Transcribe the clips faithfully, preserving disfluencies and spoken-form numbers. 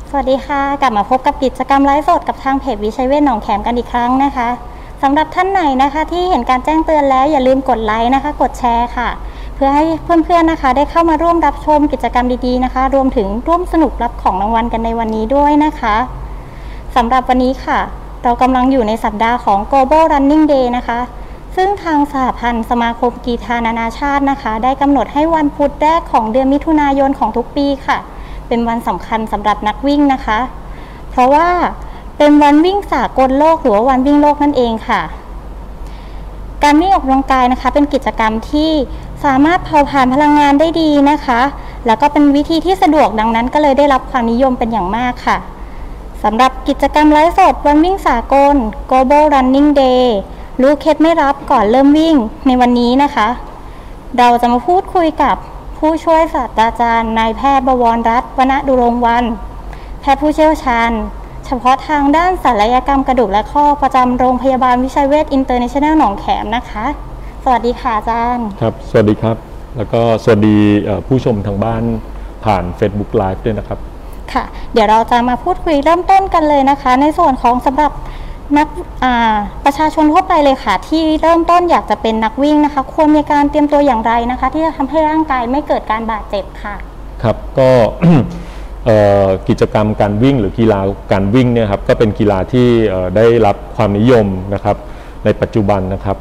สวัสดีค่ะกลับมาพบกับกิจกรรมไลฟ์สดกับทางเพจวิชัยเวชหนองแขมกันอีกครั้งนะคะสำหรับท่านไหนนะคะที่เห็นการแจ้งเตือนแล้วอย่าลืมกดไลค์นะคะกดแชร์ค่ะเพื่อให้เพื่อนๆนะคะได้เข้ามาร่วมรับชมกิจกรรมดีๆนะคะรวมถึงร่วมสนุกรับของรางวัลกันในวันนี้ด้วยนะคะสำหรับวันนี้ค่ะเรากำลังอยู่ในสัปดาห์ของ Global Running Day นะคะซึ่งทางสหพันธ์สมาคมกีฬานานาชาตินะคะได้กำหนดให้วันพุธแรกของเดือนมิถุนายนของทุกปีค่ะเป็นวันสำคัญสำหรับนักวิ่งนะคะเพราะว่าเป็นวันวิ่งสากลโลกหรือว่าวันวิ่งโลกนั่นเองค่ะการวิ่งออกกำลังกายนะคะเป็นกิจกรรมที่สามารถเผาผลาญพลังงานได้ดีนะคะแล้วก็เป็นวิธีที่สะดวกดังนั้นก็เลยได้รับความนิยมเป็นอย่างมากค่ะสำหรับกิจกรรมไลฟ์สดวันวิ่งสากล Global Running Day รู้เคล็ดไม่รับก่อนเริ่มวิ่งในวันนี้นะคะเราจะมาพูดคุยกับผู้ช่วยศาสตราจารย์นายแพทย์บวรรัตน์ วณดุรงค์วรรณแพทย์ผู้เชี่ยวชาญเฉพาะทางด้านศัลยกรรมกระดูกและข้อประจำโรงพยาบาลวิชัยเวชอินเตอร์เนชั่นแนลหนองแขมนะคะสวัสดีค่ะอาจารย์ครับสวัสดีครับแล้วก็สวัสดีผู้ชมทางบ้านผ่าน Facebook Live ด้วยนะครับค่ะเดี๋ยวเราจะมาพูดคุยเริ่มต้นกันเลยนะคะในส่วนของสำหรับนักประชาชนทั่วไปเลยค่ะที่เริ่มต้นอยากจะเป็นนักวิ่งนะคะควรมีการเตรียมตัวอย่างไรนะคะที่จะทำให้ร่างกายไม่เกิดการบาดเจ็บค่ะครับก็ กิจกรรมการวิ่งหรือกีฬาการวิ่งเนี่ยครับก็เป็นกีฬาที่ได้รับความนิยมนะครับในปัจจุบันนะครับ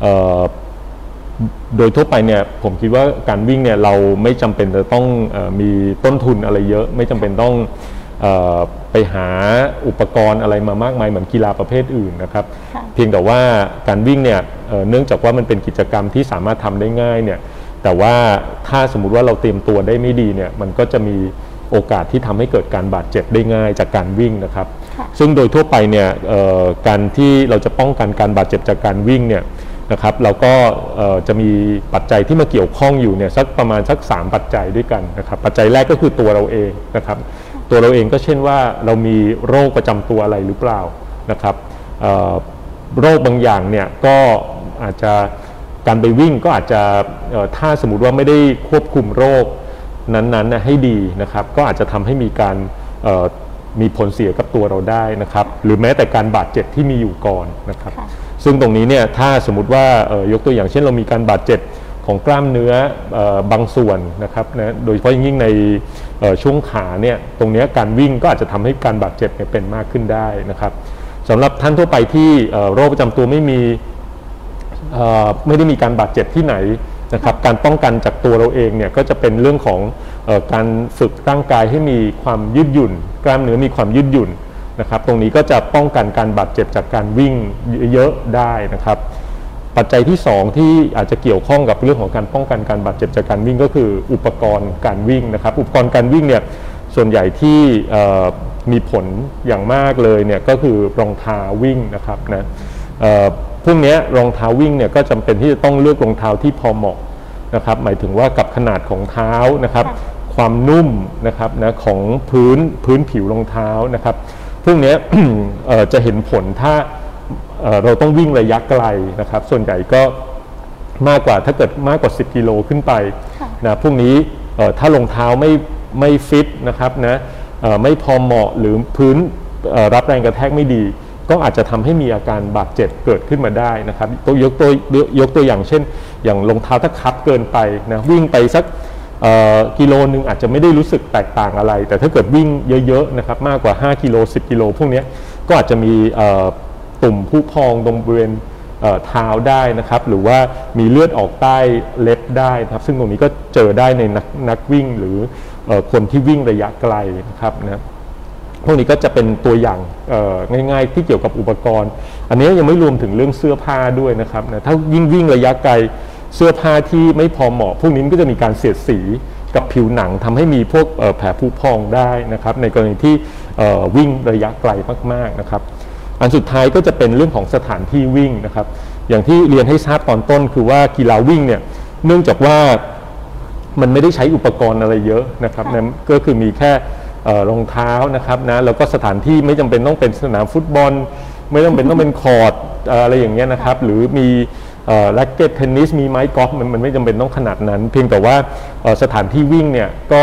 โดยทั่วไปเนี่ยผมคิดว่าการวิ่งเนี่ยเราไม่จำเป็นจะต้องมีต้นทุนอะไรเยอะไม่จำเป็นต้องไปหาอุปกรณ์อะไรมามากมายเหมือนกีฬาประเภทอื่นนะครับเพียงแต่ว่าการวิ่งเนี่ยเนื่องจากว่ามันเป็นกิจกรรมที่สามารถทำได้ง่ายเนี่ยแต่ว่าถ้าสมมุติว่าเราเตรียมตัวได้ไม่ดีเนี่ยมันก็จะมีโอกาสที่ทำให้เกิดการบาดเจ็บได้ง่ายจากการวิ่งนะครับซึ่งโดยทั่วไปเนี่ยการที่เราจะป้องกันการบาดเจ็บจากการวิ่งเนี่ยนะครับเราก็จะมีปัจจัยที่มาเกี่ยวข้องอยู่เนี่ยสักประมาณสักสามปัจจัยด้วยกันนะครับปัจจัยแรกก็คือตัวเราเองนะครับตัวเราเองก็เช่นว่าเรามีโรคประจำตัวอะไรหรือเปล่านะครับโรคบางอย่างเนี่ยก็อาจจะการไปวิ่งก็อาจจะถ้าสมมุติว่าไม่ได้ควบคุมโรคนั้นๆให้ดีนะครับก็อาจจะทำให้มีการมีผลเสียกับตัวเราได้นะครับหรือแม้แต่การบาดเจ็บที่มีอยู่ก่อนนะครับซึ่งตรงนี้เนี่ยถ้าสมมุติว่ายกตัวอย่างเช่นเรามีการบาดเจ็บของกล้ามเนื้อบางส่วนนะครับนะโดยเฉพาะยิ่งในช่วงขาเนี่ยตรงนี้การวิ่งก็อาจจะทำให้การบาดเจ็บเป็นมากขึ้นได้นะครับสำหรับท่านทั่วไปที่โรคประจำตัวไม่มีไม่ได้มีการบาดเจ็บที่ไหนนะครับการป้องกันจากตัวเราเองเนี่ยก็จะเป็นเรื่องของการฝึกร่างกายให้มีความยืดหยุ่นกล้ามเนื้อมีความยืดหยุ่นนะครับตรงนี้ก็จะป้องกันการบาดเจ็บจากการวิ่งเยอะได้นะครับปัจจัยที่สองที่อาจจะเกี่ยวข้องกับเรื่องของการป้องกันการบาดเจ็บจากการวิ่งก็คืออุปกรณ์การวิ่งนะครับอุปกรณ์การวิ่งเนี่ยส่วนใหญ่ที่มีผลอย่างมากเลยเนี่ยก็คือรองเท้าวิ่งนะครับนะพวกนี้รองเท้าวิ่งเนี่ยก็จำเป็นที่จะต้องเลือกรองเท้าที่พอเหมาะนะครับหมายถึงว่ากับขนาดของเท้านะครับความนุ่มนะครับนะของพื้นพื้นผิวรองเท้านะครับพวกนี้ จะเห็นผลถ้าเราต้องวิ่งระยะไกลนะครับส่วนใหญ่ก็มากกว่าถ้าเกิดมากกว่าสิบกิโลขึ้นไปนะพวกนี้ถ้ารองเท้าไม่ไม่ฟิตนะครับนะไม่พอเหมาะหรือพื้นรับแรงกระแทกไม่ดีก็อาจจะทำให้มีอาการบาดเจ็บเกิดขึ้นมาได้นะครับตัวยกตัวยกตัวอย่างเช่นอย่างรองเท้าถ้าคับเกินไปนะวิ่งไปสักกิโลนึงอาจจะไม่ได้รู้สึกแตกต่างอะไรแต่ถ้าเกิดวิ่งเยอะๆนะครับมากกว่าห้ากิโลสิบกิโลพวกนี้ก็อาจจะมีตุ่มพุพองตรงบริเวณเท้าได้นะครับหรือว่ามีเลือดออกใต้เล็บได้นะครับซึ่งตรงนี้ก็เจอได้ในนักนักวิ่งหรือคนที่วิ่งระยะไกลนะครับนะพวกนี้ก็จะเป็นตัวอย่างง่ายๆที่เกี่ยวกับอุปกรณ์อันนี้ยังไม่รวมถึงเรื่องเสื้อผ้าด้วยนะครับนะถ้ายิ่งวิ่งระยะไกลเสื้อผ้าที่ไม่พอเหมาะพวกนี้ก็จะมีการเสียดสีกับผิวหนังทำให้มีพวกแผลผุพองได้นะครับในกรณีที่วิ่งระยะไกลมากๆนะครับอันสุดท้ายก็จะเป็นเรื่องของสถานที่วิ่งนะครับอย่างที่เรียนให้ทราบตอนต้นคือว่ากีฬาวิ่งเนี่ยเนื่องจากว่ามันไม่ได้ใช้อุปกรณ์อะไรเยอะนะครับนะก็คือมีแค่รองเท้านะครับนะแล้วก็สถานที่ไม่จำเป็นต้องเป็นสนามฟุตบอลไม่จำเป็นต้องเป็นคอร์ตอะไรอย่างเงี้ยนะครับหรือมีแร็กเก็ตเทนนิสมีไม้กอล์ฟมันมันไม่จำเป็นต้องขนาดนั้นเพียงแต่ว่าสถานที่วิ่งเนี่ยก็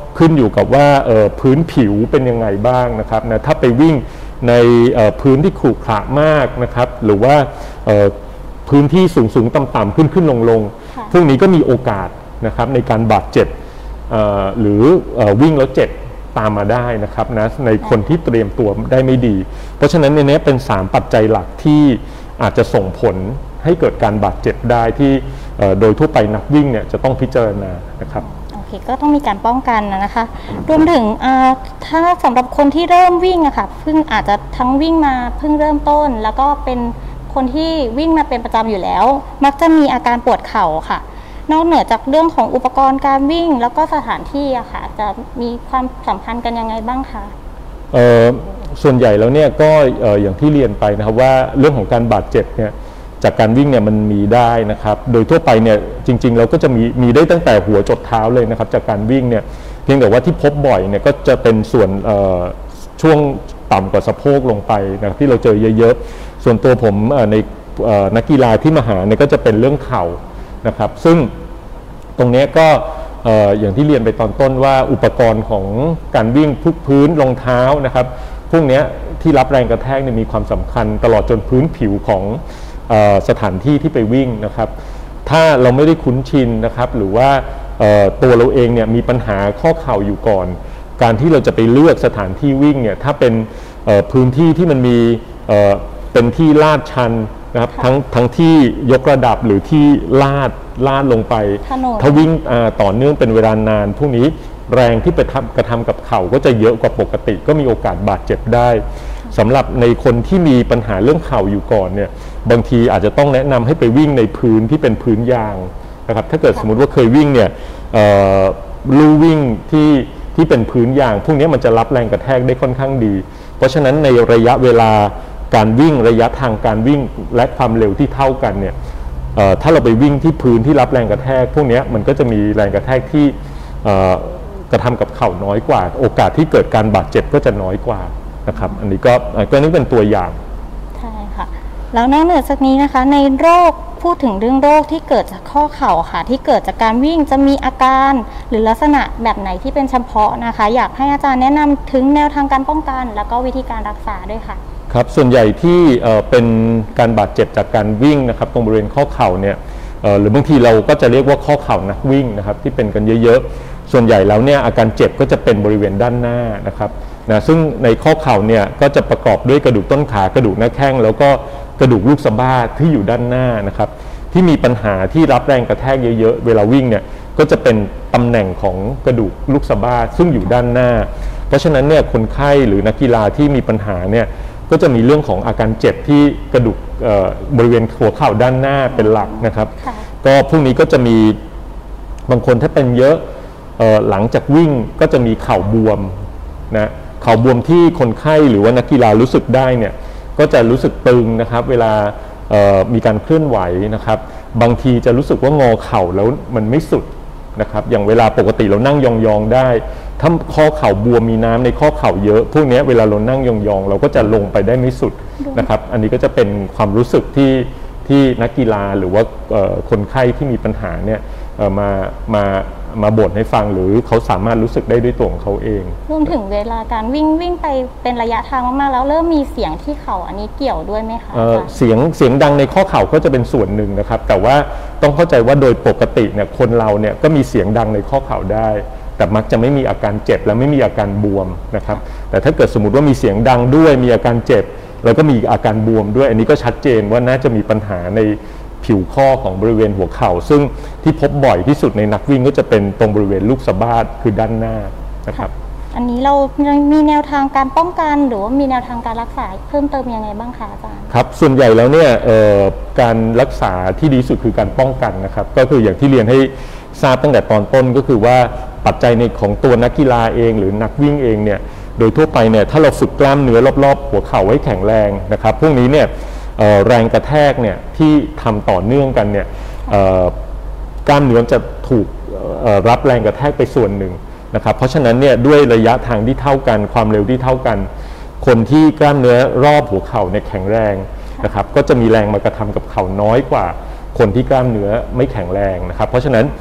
ขึ้นอยู่กับว่าพื้นผิวเป็นยังไงบ้างนะครับนะถ้าไปวิ่งในพื้นที่ขรุขระมากนะครับหรือว่าพื้นที่สูงสูงต่ำต่ำขึ้นขึ้นลงลงพวกนี้ก็มีโอกาสนะครับในการบาดเจ็บหรือวิ่งแล้วเจ็บตามมาได้นะครับนะในคนที่เตรียมตัวได้ไม่ดีเพราะฉะนั้นในนี้เป็นสามปัจจัยหลักที่อาจจะส่งผลให้เกิดการบาดเจ็บได้ที่โดยทั่วไปนักวิ่งเนี่ยจะต้องพิจารณานะครับโอเคก็ต้องมีการป้องกันนะคะรวมถึงถ้าสำหรับคนที่เริ่มวิ่งอะค่ะเพิ่งอาจจะทั้งวิ่งมาเพิ่งเริ่มต้นแล้วก็เป็นคนที่วิ่งมาเป็นประจำอยู่แล้วมักจะมีอาการปวดเข่าค่ะนอกเหนือจากเรื่องของอุปกรณ์การวิ่งแล้วก็สถานที่อะค่ะจะมีความสัมพันธ์กันยังไงบ้างคะเอ่อส่วนใหญ่แล้วเนี่ยก็เอ่ออย่างที่เรียนไปนะครับว่าเรื่องของการบาดเจ็บเนี่ยจากการวิ่งเนี่ยมันมีได้นะครับโดยทั่วไปเนี่ยจริงๆเราก็จะมีมีได้ตั้งแต่หัวจดเท้าเลยนะครับจากการวิ่งเนี่ยเพียงแต่ว่าที่พบบ่อยเนี่ยก็จะเป็นส่วนช่วงต่ำกว่าสะโพกลงไปนะที่เราเจอเยอะๆส่วนตัวผมในนักกีฬาที่มาหาเนี่ยก็จะเป็นเรื่องเข่านะครับซึ่งตรงนี้ก็อย่างที่เรียนไปตอนต้นว่าอุปกรณ์ของการวิ่งทุกพื้นรองเท้านะครับพวกนี้ที่รับแรงกระแทกเนี่ยมีความสำคัญตลอดจนพื้นผิวของสถานที่ที่ไปวิ่งนะครับถ้าเราไม่ได้คุ้นชินนะครับหรือว่าตัวเราเองเนี่ยมีปัญหาข้อเข่าอยู่ก่อนการที่เราจะไปเลือกสถานที่วิ่งเนี่ยถ้าเป็นพื้นที่ที่มันมีเป็นที่ลาดชันนะครับทั้งทั้งที่ยกระดับหรือที่ลาดลาดลงไปถ้าวิ่งต่อเนื่องเป็นเวลานานพวกนี้แรงที่ไปทำกระทำกับเข่าก็จะเยอะกว่าปกติก็มีโอกาสบาดเจ็บได้สำหรับในคนที่มีปัญหาเรื่องเข่าอยู่ก่อนเนี่ยบางทีอาจจะต้องแนะนำให้ไปวิ่งในพื้นที่เป็นพื้นยางนะครับถ้าเกิดสมมติว่าเคยวิ่งเนี่ยลู่วิ่งที่ที่เป็นพื้นยางพวกนี้มันจะรับแรงกระแทกได้ค่อนข้างดีเพราะฉะนั้นในระยะเวลาการวิ่งระยะทางการวิ่งและความเร็วที่เท่ากันเนี่ยถ้าเราไปวิ่งที่พื้นที่รับแรงกระแทกพวกนี้มันก็จะมีแรงกระแทกที่กระทำกับเข่าน้อยกว่าโอกาสที่เกิดการบาดเจ็บก็จะน้อยกว่านะครับอันนี้ก็ก็นี่เป็นตัวอย่างใช่ค่ะแล้วนอกเหนือจากนี้นะคะในโรคพูดถึงเรื่องโรคที่เกิดจากข้อเข่าค่ะที่เกิดจากการวิ่งจะมีอาการหรือลักษณะแบบไหนที่เป็นเฉพาะนะคะอยากให้อาจารย์แนะนำถึงแนวทางการป้องกันแล้วก็วิธีการรักษาด้วยค่ะครับส่วนใหญ่ที่เป็นการบาดเจ็บจากการวิ่งนะครับตรงบริเวณข้อเข่าเนี่ยหรือบางทีเราก็จะเรียกว่าข้อเข่านักวิ่งนะครับที่เป็นกันเยอะๆส่วนใหญ่แล้วเนี่ยอาการเจ็บก็จะเป็นบริเวณด้านหน้านะครับนะซึ่งในข้อเข่าเนี่ยก็จะประกอบด้วยกระดูกต้นขากระดูกหน้าแข้งแล้วก็กระดูกลูกสะบ้าที่อยู่ด้านหน้านะครับที่มีปัญหาที่รับแรงกระแทกเยอะๆเวลาวิ่งเนี่ยก็จะเป็นตำแหน่งของกระดูกลูกสะบ้าซึ่งอยู่ด้านหน้าเพราะฉะนั้นเนี่ยคนไข้หรือนักกีฬาที่มีปัญหาเนี่ยก็จะมีเรื่องของอาการเจ็บที่กระดูกบริเวณหัวเข่าด้านหน้าเป็นหลักนะครับก็พวกนี้ก็จะมีบางคนถ้าเป็นเยอะหลังจากวิ่งก็จะมีเข่าบวมนะเข่าบวมที่คนไข้หรือว่านักกีฬารู้สึกได้เนี่ยก็จะรู้สึกตึงนะครับเวลามีการเคลื่อนไหวนะครับบางทีจะรู้สึกว่างอเข่าแล้วมันไม่สุดนะครับอย่างเวลาปกติเรานั่งยองๆได้ถ้าข้อเข่าบวมมีน้ำในข้อเข่าเยอะพวกนี้เวลาเรานั่งยองๆเราก็จะลงไปได้ไม่สุดนะครับอันนี้ก็จะเป็นความรู้สึกที่ที่นักกีฬาหรือว่าคนไข้ที่มีปัญหาเนี่ยมามามาบ่นให้ฟังหรือเขาสามารถรู้สึกได้ด้วยตัวของเขาเองรวมถึงเวลาการวิ่งวิ่งไปเป็นระยะทางมากๆแล้วเริ่มมีเสียงที่เข่าอันนี้เกี่ยวด้วยไหมคะเสียงเสียงดังในข้อเข่าก็จะเป็นส่วนหนึ่งนะครับแต่ว่าต้องเข้าใจว่าโดยปกติเนี่ยคนเราเนี่ยก็มีเสียงดังในข้อเข่าได้แต่มักจะไม่มีอาการเจ็บและไม่มีอาการบวมนะครับแต่ถ้าเกิดสมมติว่ามีเสียงดังด้วยมีอาการเจ็บแล้วก็มีอาการบวมด้วยอันนี้ก็ชัดเจนว่าน่าจะมีปัญหาในผิวข้อของบริเวณหัวเข่าซึ่งที่พบบ่อยที่สุดในนักวิ่งก็จะเป็นตรงบริเวณลูกสะบ้าคือด้านหน้านะครับอันนี้เรามีแนวทางการป้องกันหรือว่ามีแนวทางการรักษาเพิ่มเติมยังไงบ้างคะอาจารย์ครับส่วนใหญ่แล้วเนี่ยการรักษาที่ดีสุดคือการป้องกันนะครับก็คืออย่างที่เรียนให้ทราบตั้งแต่ตอนต้นก็คือว่าปัจจัยในของตัวนักกีฬาเองหรือนักวิ่งเองเนี่ยโดยทั่วไปเนี่ยถ้าเราฝึกกล้ามเนื้อรอบๆหัวเข่าไว้แข็งแรงนะครับพวกนี้เนี่ยแรงกระแทกเนี่ยที่ทำต่อเนื่องกันเนี่ยกล้ามเนื้อจะถูกรับแรงกระแทกไปส่วนหนึ่งนะครับเพราะฉะนั้นเนี่ยด้วยระยะทางที่เท่ากันความเร็วที่เท่ากันคนที่กล้ามเนื้อรอบหัวเข่าเนี่ยแข็งแรงนะครับก็จะมีแรงมากระทำกับเข่าน้อยกว่าคนที่กล้ามเนื้อไม่แข็งแรงนะครับเพราะฉะนั้น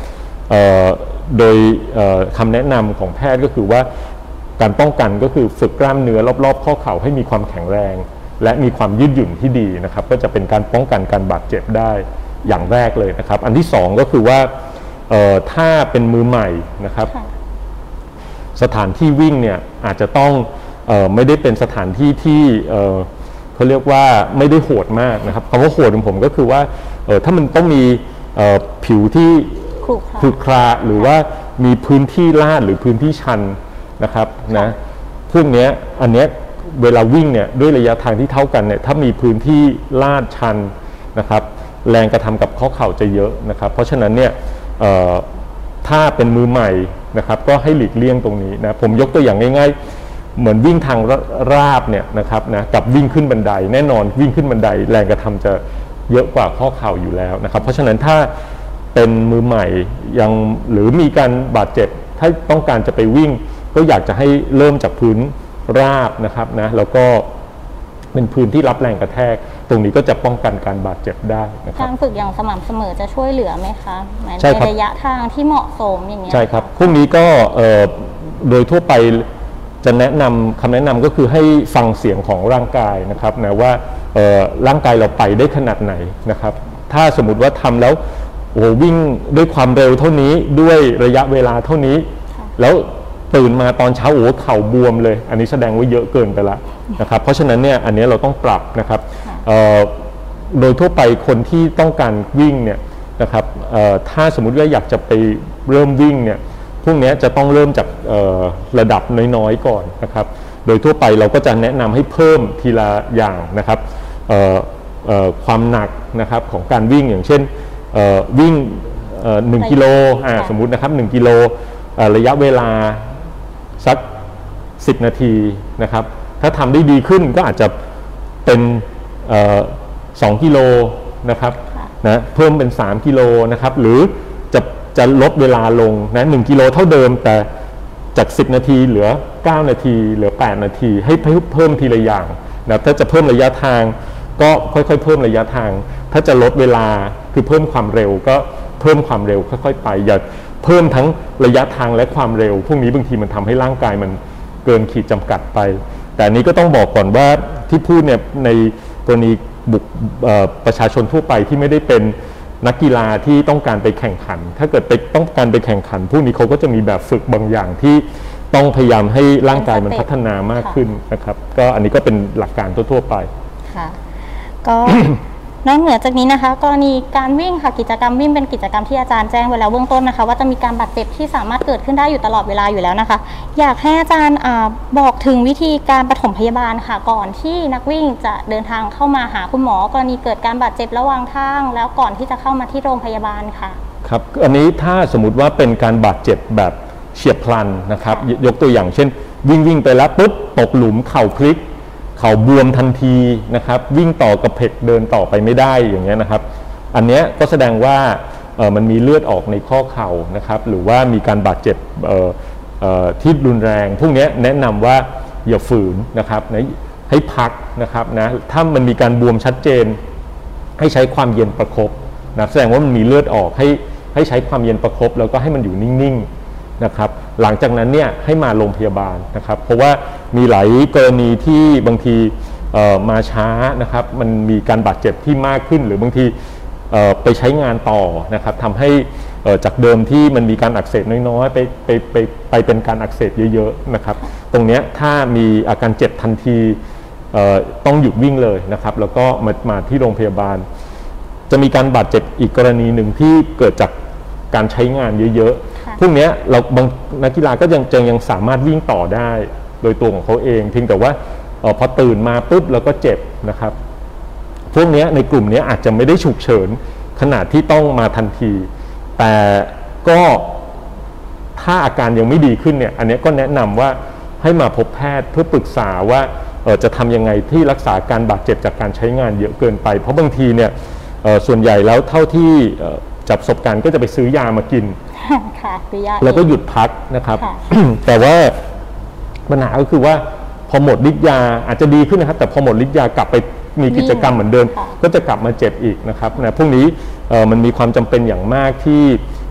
โดยคำแนะนำของแพทย์ก็คือว่าการป้องกันก็คือฝึกกล้ามเนื้อรอบๆข้อเข่าให้มีความแข็งแรงและมีความยืดหยุ่นที่ดีนะครับก็จะเป็นการป้องกันการบาดเจ็บได้อย่างแรกเลยนะครับอันที่สองก็คือว่าถ้าเป็นมือใหม่นะครับสถานที่วิ่งเนี่ยอาจจะต้องเอ่อไม่ได้เป็นสถานที่ที่เอ่อเขาเรียกว่าไม่ได้โหดมากนะครับคำว่าโหดของผมก็คือว่าเอ่อถ้ามันต้องมีเอ่อผิวที่ขรุขระหรือว่ามีพื้นที่ลาดหรือพื้นที่ชันนะครับนะพวกนี้อันเนี้ยเวลาวิ่งเนี่ยด้วยระยะทางที่เท่ากันเนี่ยถ้ามีพื้นที่ลาดชันนะครับแรงกระทำกับข้อเข่าจะเยอะนะครับเพราะฉะนั้นเนี่ยถ้าเป็นมือใหม่นะครับก็ให้หลีกเลี่ยงตรงนี้นะผมยกตัวอย่างง่ายๆเหมือนวิ่งทางราบเนี่ยนะครับนะกับวิ่งขึ้นบันไดแน่นอนวิ่งขึ้นบันไดแรงกระทำจะเยอะกว่าข้อเข่าอยู่แล้วนะครับเพราะฉะนั้นถ้าเป็นมือใหม่ยังหรือมีการบาดเจ็บถ้าต้องการจะไปวิ่งก็อยากจะให้เริ่มจากพื้นราบนะครับนะแล้วก็เป็นพื้นที่รับแรงกระแทกตรงนี้ก็จะป้องกันการบาดเจ็บได้นะครับการฝึกอย่างสม่ำเสมอจะช่วยเหลือไหมคะในระยะทางที่เหมาะสมอย่างเงี้ยใช่ครับพวกนี้ก็โดยทั่วไปจะแนะนำคำแนะนำก็คือให้ฟังเสียงของร่างกายนะครับนะว่าร่างกายเราไปได้ขนาดไหนนะครับถ้าสมมติว่าทำแล้วโอ้วิ่งด้วยความเร็วเท่านี้ด้วยระยะเวลาเท่านี้แล้วตื่นมาตอนเช้าโอ้เข่าบวมเลยอันนี้แสดงว่าเยอะเกินไปละนะครับเพราะฉะนั้นเนี่ยอันนี้เราต้องปรับนะครับโดยทั่วไปคนที่ต้องการวิ่งเนี่ยนะครับถ้าสมมุติว่าอยากจะไปเริ่มวิ่งเนี่ยพวกนี้จะต้องเริ่มจากระดับน้อยๆก่อนนะครับโดยทั่วไปเราก็จะแนะนำให้เพิ่มทีละอย่างนะครับความหนักนะครับของการวิ่งอย่างเช่นวิ่งหนึ่งกิโลสมมุตินะครับหนึ่งกิโลระยะเวลาสักสิบนาทีนะครับถ้าทำได้ดีขึ้นก็อาจจะเป็นสองกิโลนะครับนะเพิ่มเป็นสามกิโลนะครับหรือจะจะลดเวลาลงนะหนึ่งกิโลเท่าเดิมแต่จากสิบนาทีเหลือเก้านาทีเหลือแปดนาทีให้เพิ่มทีละอย่างนะถ้าจะเพิ่มระยะทางก็ค่อยๆเพิ่มระยะทางถ้าจะลดเวลาคือเพิ่มความเร็วก็เพิ่มความเร็วค่อยๆไปอย่าเพิ่มทั้งระยะทางและความเร็วพวกนี้บางทีมันทำให้ร่างกายมันเกินขีดจำกัดไปแต่อันนี้ก็ต้องบอกก่อนว่าที่พูดเนี่ยในกรณีบุคประชาชนทั่วไปที่ไม่ได้เป็นนักกีฬาที่ต้องการไปแข่งขันถ้าเกิดไปต้องการไปแข่งขันพวกนี้เขาก็จะมีแบบฝึกบางอย่างที่ต้องพยายามให้ร่างกายมันพัฒนามากขึ้นนะครับก็อันนี้ก็เป็นหลักการทั่วๆไปค่ะก็ นอกเหนือจากนี้นะคะกรณีการวิ่งค่ะกิจกรรมวิ่งเป็นกิจกรรมที่อาจารย์แจ้งไว้แล้วเบื้องต้นนะคะว่าจะมีการบาดเจ็บที่สามารถเกิดขึ้นได้อยู่ตลอดเวลาอยู่แล้วนะคะอยากให้อาจารย์บอกถึงวิธีการปฐมพยาบาลค่ะก่อนที่นักวิ่งจะเดินทางเข้ามาหาคุณหมอกรณีเกิดการบาดเจ็บระหว่างทางแล้วก่อนที่จะเข้ามาที่โรงพยาบาลค่ะครับอันนี้ถ้าสมมติว่าเป็นการบาดเจ็บแบบเฉียบพลันนะครับยกตัวอย่างเช่นวิ่งวิ่งไปแล้วปุ๊บตกหลุมเข่าพลิกเข่าบวมทันทีนะครับวิ่งต่อกระเพกเดินต่อไปไม่ได้อย่างเงี้ยนะครับอันเนี้ยก็แสดงว่ามันมีเลือดออกในข้อเข่านะครับหรือว่ามีการบาดเจ็บที่รุนแรงพวกนี้แนะนำว่าอย่าฝืนนะครับให้พักนะครับนะถ้ามันมีการบวมชัดเจนให้ใช้ความเย็นประคบนะแสดงว่ามันมีเลือดออกให้ให้ใช้ความเย็นประคบแล้วก็ให้มันอยู่นิ่งๆนะครับหลังจากนั้นเนี่ยให้มาโรงพยาบาลนะครับเพราะว่ามีหลายกรณีที่บางทีมาช้านะครับมันมีการบาดเจ็บที่มากขึ้นหรือบางทีไปใช้งานต่อนะครับทำให้จากเดิมที่มันมีการอักเสบน้อยๆไปไปไปไปเป็นการอักเสบเยอะๆนะครับตรงนี้ถ้ามีอาการเจ็บทันทีต้องหยุดวิ่งเลยนะครับแล้วก็มามาที่โรงพยาบาลจะมีการบาดเจ็บอีกกรณีหนึ่งที่เกิดจากการใช้งานเยอะๆพวกนี้เราบางนักกีฬาก็ยังยังยังสามารถวิ่งต่อได้โดยตัวของเขาเองเพียงแต่ว่าพอตื่นมาปุ๊บแล้วก็เจ็บนะครับพวกนี้ในกลุ่มนี้อาจจะไม่ได้ฉุกเฉินขนาดที่ต้องมาทันทีแต่ก็ถ้าอาการยังไม่ดีขึ้นเนี่ยอันนี้ก็แนะนำว่าให้มาพบแพทย์เพื่อปรึกษาว่าจะทำยังไงที่รักษาการบาดเจ็บจากการใช้งานเยอะเกินไปเพราะบางทีเนี่ยส่วนใหญ่แล้วเท่าที่จับประสบการณ์ก็จะไปซื้อยามากินแล้วก็หยุดพักนะครับแต่ว่าปัญหาก็คือว่าพอหมดฤทธิ์ยาอาจจะดีขึ้นนะครับแต่พอหมดฤทธิ์ยากลับไปมีกิจกรรมเหมือนเดิมก็จะกลับมาเจ็บอีกนะครับนะพวกนี้มันมีความจำเป็นอย่างมากที่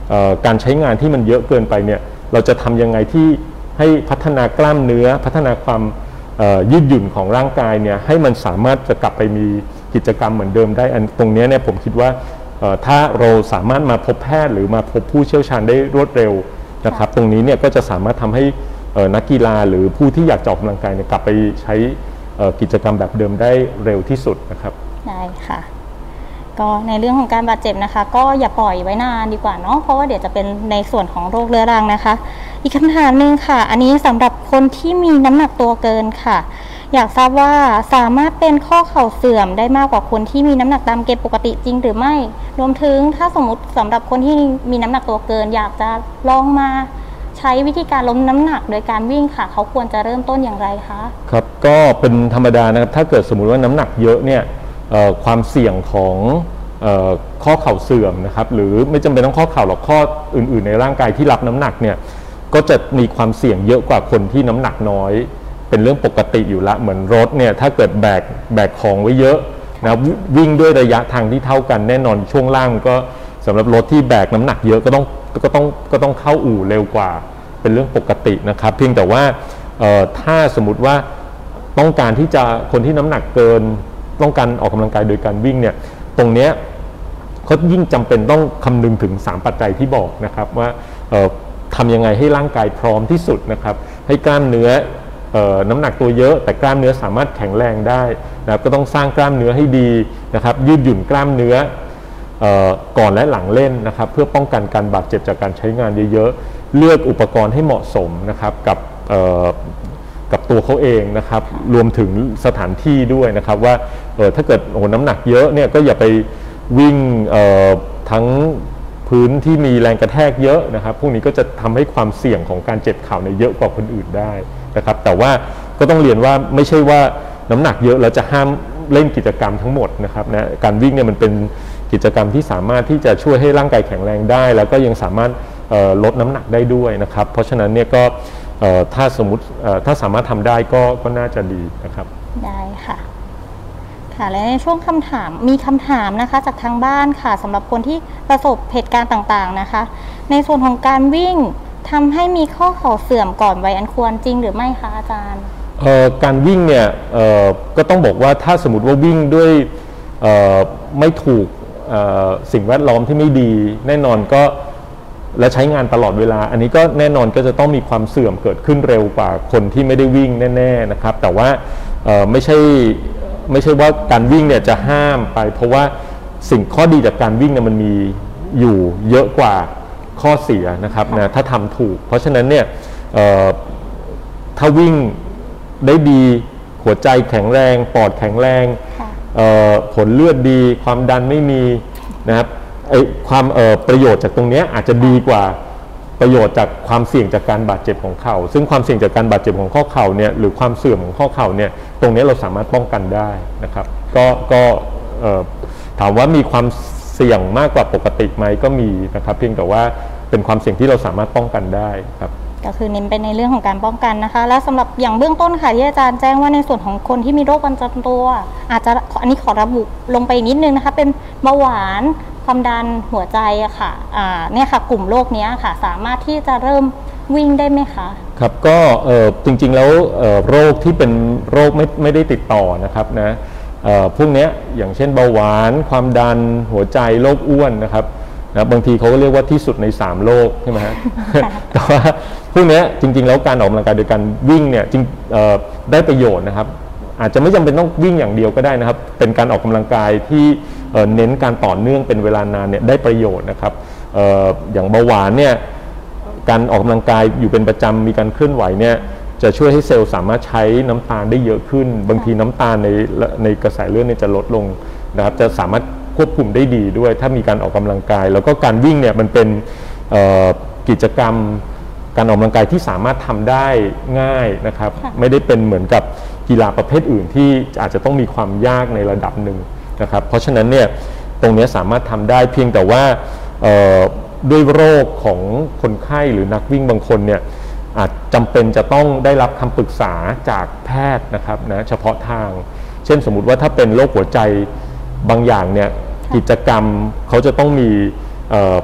การใช้งานที่มันเยอะเกินไปเนี่ยเราจะทำยังไงที่ให้พัฒนากล้ามเนื้อพัฒนาความยืดหยุ่นของร่างกายเนี่ยให้มันสามารถจะกลับไปมีกิจกรรมเหมือนเดิมได้อันตรงนี้เนี่ยผมคิดว่าถ้าเราสามารถมาพบแพทย์หรือมาพบผู้เชี่ยวชาญได้รวดเร็วนะครับตรงนี้เนี่ยก็จะสามารถทำให้นักกีฬาหรือผู้ที่อยากจะออกกำลังกายเนี่ยกลับไปใช้กิจกรรมแบบเดิมได้เร็วที่สุดนะครับได้ค่ะก็ในเรื่องของการบาดเจ็บนะคะก็อย่าปล่อยไว้นานดีกว่าเนาะเพราะว่าเดี๋ยวจะเป็นในส่วนของโรคเรื้อรังนะคะอีกคำถามหนึ่งค่ะอันนี้สำหรับคนที่มีน้ำหนักตัวเกินค่ะอยากทราบว่าสามารถเป็นข้อเข่าเสื่อมได้มากกว่าคนที่มีน้ำหนักตามเกณฑ์ปกติจริงหรือไม่รวมถึงถ้าสมมติสำหรับคนที่มีน้ำหนักตัวเกินอยากจะลองมาใช้วิธีการลดน้ำหนักโดยการวิ่งค่ะเขาควรจะเริ่มต้นอย่างไรคะครับก็เป็นธรรมดานะครับถ้าเกิดสมมุติว่าน้ำหนักเยอะเนี่ยความเสี่ยงของข้อเข่าเสื่อมนะครับหรือไม่จำเป็นต้องข้อเข่าหรอกข้ออื่นๆในร่างกายที่รับน้ำหนักเนี่ยก็จะมีความเสี่ยงเยอะกว่าคนที่น้ำหนักน้อยเป็นเรื่องปกติอยู่ละเหมือนรถเนี่ยถ้าเกิดแบกแบกของไว้เยอะนะวิ่งด้วยระยะทางที่เท่ากันแน่นอนช่วงล่างก็สำหรับรถที่แบกน้ำหนักเยอะก็ต้องก็ต้องก็ต้องเข้าอู่เร็วกว่าเป็นเรื่องปกตินะครับเพียงแต่ว่าถ้าสมมุติว่าต้องการที่จะคนที่น้ำหนักเกินต้องการออกกำลังกายโดยการวิ่งเนี่ยตรงเนี้ยเขายิ่งจำเป็นต้องคำนึงถึงสามปัจจัยที่บอกนะครับว่าทำยังไงให้ร่างกายพร้อมที่สุดนะครับให้กล้ามเนื้อน้ำหนักตัวเยอะแต่กล้ามเนื้อสามารถแข็งแรงได้นะครับก็ต้องสร้างกล้ามเนื้อให้ดีนะครับยืดหยุ่นกล้ามเนื้อก่อนและหลังเล่นนะครับเพื่อป้องกันการบาดเจ็บจากการใช้งานเยอะๆเลือกอุปกรณ์ให้เหมาะสมนะครับกับกับตัวเขาเองนะครับรวมถึงสถานที่ด้วยนะครับว่าถ้าเกิดโอ้น้ำหนักเยอะเนี่ยก็อย่าไปวิ่งทั้งพื้นที่มีแรงกระแทกเยอะนะครับพวกนี้ก็จะทำให้ความเสี่ยงของการเจ็บเข่าเนี่ยเยอะกว่าคนอื่นได้นะครับแต่ว่าก็ต้องเรียนว่าไม่ใช่ว่าน้ำหนักเยอะแล้วจะห้ามเล่นกิจกรรมทั้งหมดนะครับนะการวิ่งเนี่ยมันเป็นกิจกรรมที่สามารถที่จะช่วยให้ร่างกายแข็งแรงได้แล้วก็ยังสามารถลดน้ำหนักได้ด้วยนะครับเพราะฉะนั้นเนี่ยก็ถ้าสมมติถ้าสามารถทำได้ก็ก็น่าจะดีนะครับได้ค่ะค่ะและในช่วงคำถามมีคำถามนะคะจากทางบ้านค่ะสำหรับคนที่ประสบเหตุการณ์ต่างๆนะคะในส่วนของการวิ่งทำให้มีข้อเข่าเสื่อมก่อนวัยอันควรจริงหรือไม่คะอาจารย์การวิ่งเนี่ยก็ต้องบอกว่าถ้าสมมติว่าวิ่งด้วยไม่ถูกสิ่งแวดล้อมที่ไม่ดีแน่นอนก็และใช้งานตลอดเวลาอันนี้ก็แน่นอนก็จะต้องมีความเสื่อมเกิดขึ้นเร็วกว่าคนที่ไม่ได้วิ่งแน่ๆนะครับแต่ว่าไม่ใช่ไม่ใช่ว่าการวิ่งเนี่ยจะห้ามไปเพราะว่าสิ่งข้อดีจากการวิ่งเนี่ยมันมีอยู่เยอะกว่าข้อเสียนะครับนะถ้าทำถูกเพราะฉะนั้นเนี่ยถ้าวิ่งได้ดีหัวใจแข็งแรงปอดแข็งแรงผลเลือดดีความดันไม่มีนะครับไอ้ความประโยชน์จากตรงนี้อาจจะดีกว่าประโยชน์จากความเสี่ยงจากการบาดเจ็บของเข่าซึ่งความเสี่ยงจากการบาดเจ็บของข้อเข่าเนี่ยหรือความเสื่อมของข้อเข่าเนี่ยตรงนี้เราสามารถป้องกันได้นะครับก็ก็ถามว่ามีความเสี่ยงมากกว่าปกติไหมก็มีนะครับเพียงแต่ว่าเป็นความเสี่ยงที่เราสามารถป้องกันได้ครับก็คือเน้นไปในเรื่องของการป้องกันนะคะแล้วสำหรับอย่างเบื้องต้นค่ะที่อาจารย์แจ้งว่าในส่วนของคนที่มีโรคประจำตัวอาจจะอันนี้ขอระบุลงไปนิดนึงนะคะเป็นเบาหวานความดันหัวใจอะค่ะอ่าเนี่ยค่ะกลุ่มโรคนี้ค่ะสามารถที่จะเริ่มวิ่งได้ไหมคะครับก็เอ่อจริงๆแล้วเอ่อโรคที่เป็นโรคไม่ไม่ได้ติดต่อนะครับนะเอ่อพวกนี้อย่างเช่นเบาหวานความดันหัวใจโรคอ้วนนะครับนะบางทีเขาก็เรียกว่าที่สุดในสามโรคใช่ไหมฮะ แต่ว่าพวกนี้จริงๆแล้วการออกกำลังกายโดยการวิ่งเนี่ยจริงได้ประโยชน์นะครับอาจจะไม่จำเป็นต้องวิ่งอย่างเดียวก็ได้นะครับเป็นการออกกำลังกายที่เน้นการต่อเนื่องเป็นเวลานานเนี่ยได้ประโยชน์นะครับอย่างเบาหวานเนี่ยการออกกำลังกายอยู่เป็นประจำมีการเคลื่อนไหวเนี่ยจะช่วยให้เซลล์สามารถใช้น้ำตาลได้เยอะขึ้นบางทีน้ำตาลในในกระแสเลือดเนี่ยจะลดลงนะครับจะสามารถควบคุมได้ดีด้วยถ้ามีการออกกำลังกายแล้วก็การวิ่งเนี่ยมันเป็นกิจกรรมการออกกำลังกายที่สามารถทำได้ง่ายนะครับไม่ได้เป็นเหมือนกับกีฬาประเภทอื่นที่อาจจะต้องมีความยากในระดับหนึ่งนะครับเพราะฉะนั้นเนี่ยตรงนี้สามารถทำได้เพียงแต่ว่าด้วยโรคของคนไข้หรือนักวิ่งบางคนเนี่ยอาจจำเป็นจะต้องได้รับคำปรึกษาจากแพทย์นะครับนะเฉพาะทางเช่นสมมุติว่าถ้าเป็นโรคหัวใจบางอย่างเนี่ยกิจกรรมเขาจะต้องมี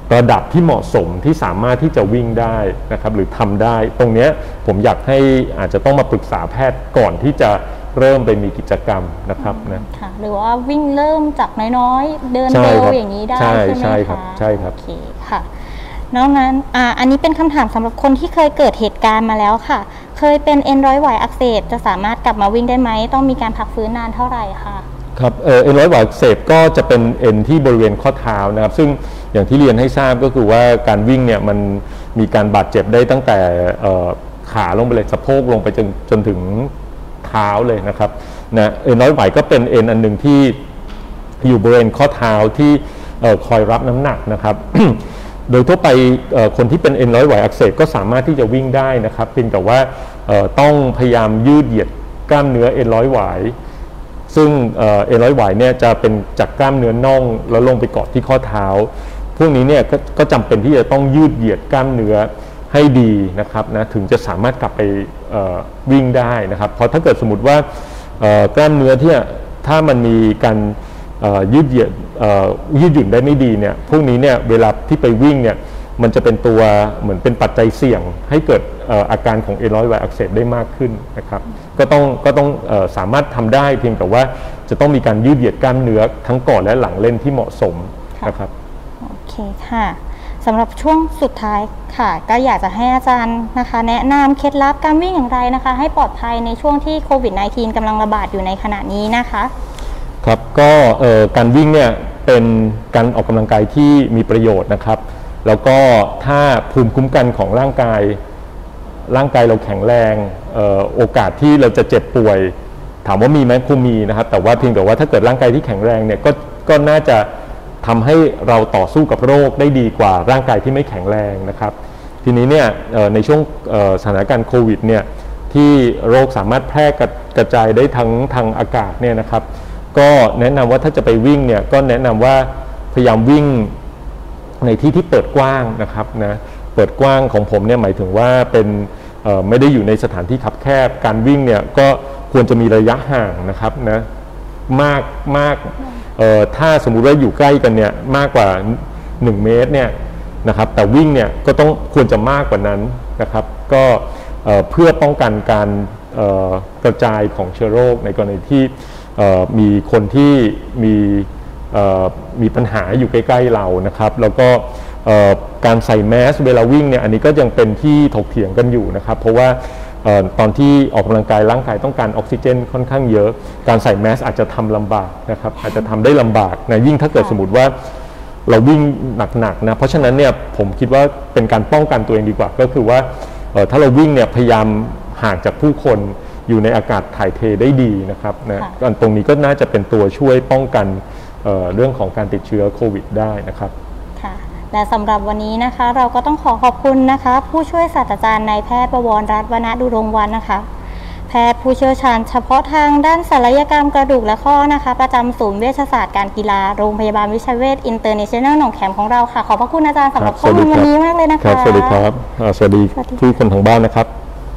ระดับที่เหมาะสมที่สามารถที่จะวิ่งได้นะครับหรือทำได้ตรงนี้ผมอยากให้อาจจะต้องมาปรึกษาแพทย์ก่อนที่จะเริ่มไปมีกิจกรรมนะครับนะค่ะหรือว่าวิ่งเริ่มจากน้อยๆเดินเร็วอย่างนี้ได้ใช่ไหมคะใช่ครับใช่ครับโอเคค่ะนอกนั้นอ่าอันนี้เป็นคำถามสำหรับคนที่เคยเกิดเหตุการณ์มาแล้วค่ะเคยเป็นเอ็นร้อยหวายอักเสบจะสามารถกลับมาวิ่งได้ไหมต้องมีการพักฟื้นนานเท่าไหร่คะครับเอ็นร้อยหวายอักเสบก็จะเป็นเอ็นที่บริเวณข้อเท้านะครับซึ่งอย่างที่เรียนให้ทราบก็คือว่าการวิ่งเนี่ยมันมีการบาดเจ็บได้ตั้งแต่ขาลงไปเลยสะโพกลงไปจนจนถึงเท้าเลยนะครับนะเอ็นร้อยหวายก็เป็นเอ็นอันหนึ่งที่อยู่บริเวณข้อเท้าที่คอยรับน้ำหนักนะครับ โดยทั่วไปคนที่เป็นเอ็นร้อยหวายอักเสบก็สามารถที่จะวิ่งได้นะครับเพียงแต่ว่าต้องพยายามยืดเหยียดกล้ามเนื้อเอ็นร้อยหวายซึ่งเอ็นร้อยหวายเนี่ยจะเป็นจากกล้ามเนื้อน่องแล้วลงไปเกาะที่ข้อเท้าพวกนี้เนี่ย ก, ก็จำเป็นที่จะต้องยืดเหยียดกล้ามเนื้อให้ดีนะครับนะถึงจะสามารถกลับไปวิ่งได้นะครับเพราะถ้าเกิดสมมติว่ากล้ามเนื้อที่ถ้ามันมีการยืดเหยียดยืดหยุ่นได้ไม่ดีเนี่ยพวกนี้เนี่ยเวลาที่ไปวิ่งเนี่ยมันจะเป็นตัวเหมือนเป็นปัจจัยเสี่ยงให้เกิดอาการของเอ็นร้อยหวายอักเสบได้มากขึ้นนะครับก็ต้องก็ต้องสามารถทำได้เพียงแต่ว่าจะต้องมีการยืดเหยียดกล้ามเนื้อทั้งก่อนและหลังเล่นที่เหมาะสมนะครับโอเคค่ะสำหรับช่วงสุดท้ายค่ะก็อยากจะให้อาจารย์นะคะแนะนำเคล็ดลับการวิ่งอย่างไรนะคะให้ปลอดภัยในช่วงที่โควิด สิบเก้า กำลังระบาดอยู่ในขณะนี้นะคะครับก็การวิ่งเนี่ยเป็นการออกกำลังกายที่มีประโยชน์นะครับแล้วก็ถ้าภูมิคุ้มกันของร่างกายร่างกายเราแข็งแรงโอกาสที่เราจะเจ็บป่วยถามว่ามีไหมคงมีนะครับแต่ว่าเพียงแต่ว่าถ้าเกิดร่างกายที่แข็งแรงเนี่ยก็ก็น่าจะทำให้เราต่อสู้กับโรคได้ดีกว่าร่างกายที่ไม่แข็งแรงนะครับทีนี้เนี่ยในช่วงสถานการณ์โควิดเนี่ยที่โรคสามารถแพร่กระจายได้ทั้งทางอากาศเนี่ยนะครับก็แนะนำว่าถ้าจะไปวิ่งเนี่ยก็แนะนำว่าพยายามวิ่งในที่ที่เปิดกว้างนะครับนะเปิดกว้างของผมเนี่ยหมายถึงว่าเป็นไม่ได้อยู่ในสถานที่คับแคบการวิ่งเนี่ยก็ควรจะมีระยะห่างนะครับนะมากมากถ้าสมมุติว่าอยู่ใกล้กันเนี่ยมากกว่าหนึ่งเมตรเนี่ยนะครับแต่วิ่งเนี่ยก็ต้องควรจะมากกว่านั้นนะครับก็เพื่อป้องกันการกระจายของเชื้อโรคในกรณีที่มีคนที่มีมีปัญหาอยู่ใกล้ๆเรานะครับแล้วก็การใส่แมสเวลาวิ่งเนี่ยอันนี้ก็ยังเป็นที่ถกเถียงกันอยู่นะครับเพราะว่าตอนที่ออกกำลังกายร่างกายต้องการออกซิเจนค่อนข้างเยอะการใส่แมสอาจจะทำลำบากนะครับอาจจะทำได้ลำบากนะยิ่งถ้าเกิดสมมติว่าเราวิ่งหนักๆนะเพราะฉะนั้นเนี่ยผมคิดว่าเป็นการป้องกันตัวเองดีกว่าก็คือว่าถ้าเราวิ่งเนี่ยพยายามห่างจากผู้คนอยู่ในอากาศถ่ายเทได้ดีนะครับนะตรงนี้ก็น่าจะเป็นตัวช่วยป้องกัน เอ่อ เรื่องของการติดเชื้อโควิดได้นะครับค่ะและสำหรับวันนี้นะคะเราก็ต้องขอขอบคุณนะคะผู้ช่วยศาสตราจารย์นายแพทย์ประวรรัตน์ วณดุรงค์วรรณนะคะแพทย์ผู้เชี่ยวชาญเฉพาะทางด้านศัลยกรรมกระดูกและข้อนะคะประจำศูนย์เวชศาสตร์การกีฬาโรงพยาบาลวิชัยเวชอินเตอร์เนชั่นแนลหนองแขมของเราค่ะขอบพระคุณอาจารย์สำหรับข้อมูลวันนี้มากเลยนะคะสวัสดีครับสวัสดีทุกคนทางบ้านนะครับ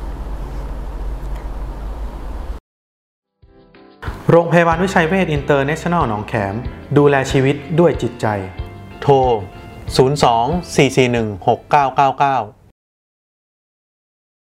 โรงพยาบาลวิชัยเวชอินเตอร์เนชั่นแนลหนองแขมดูแลชีวิตด้วยจิตใจโทรศูนย์ สอง สี่ สี่ หนึ่ง หก เก้า เก้า เก้า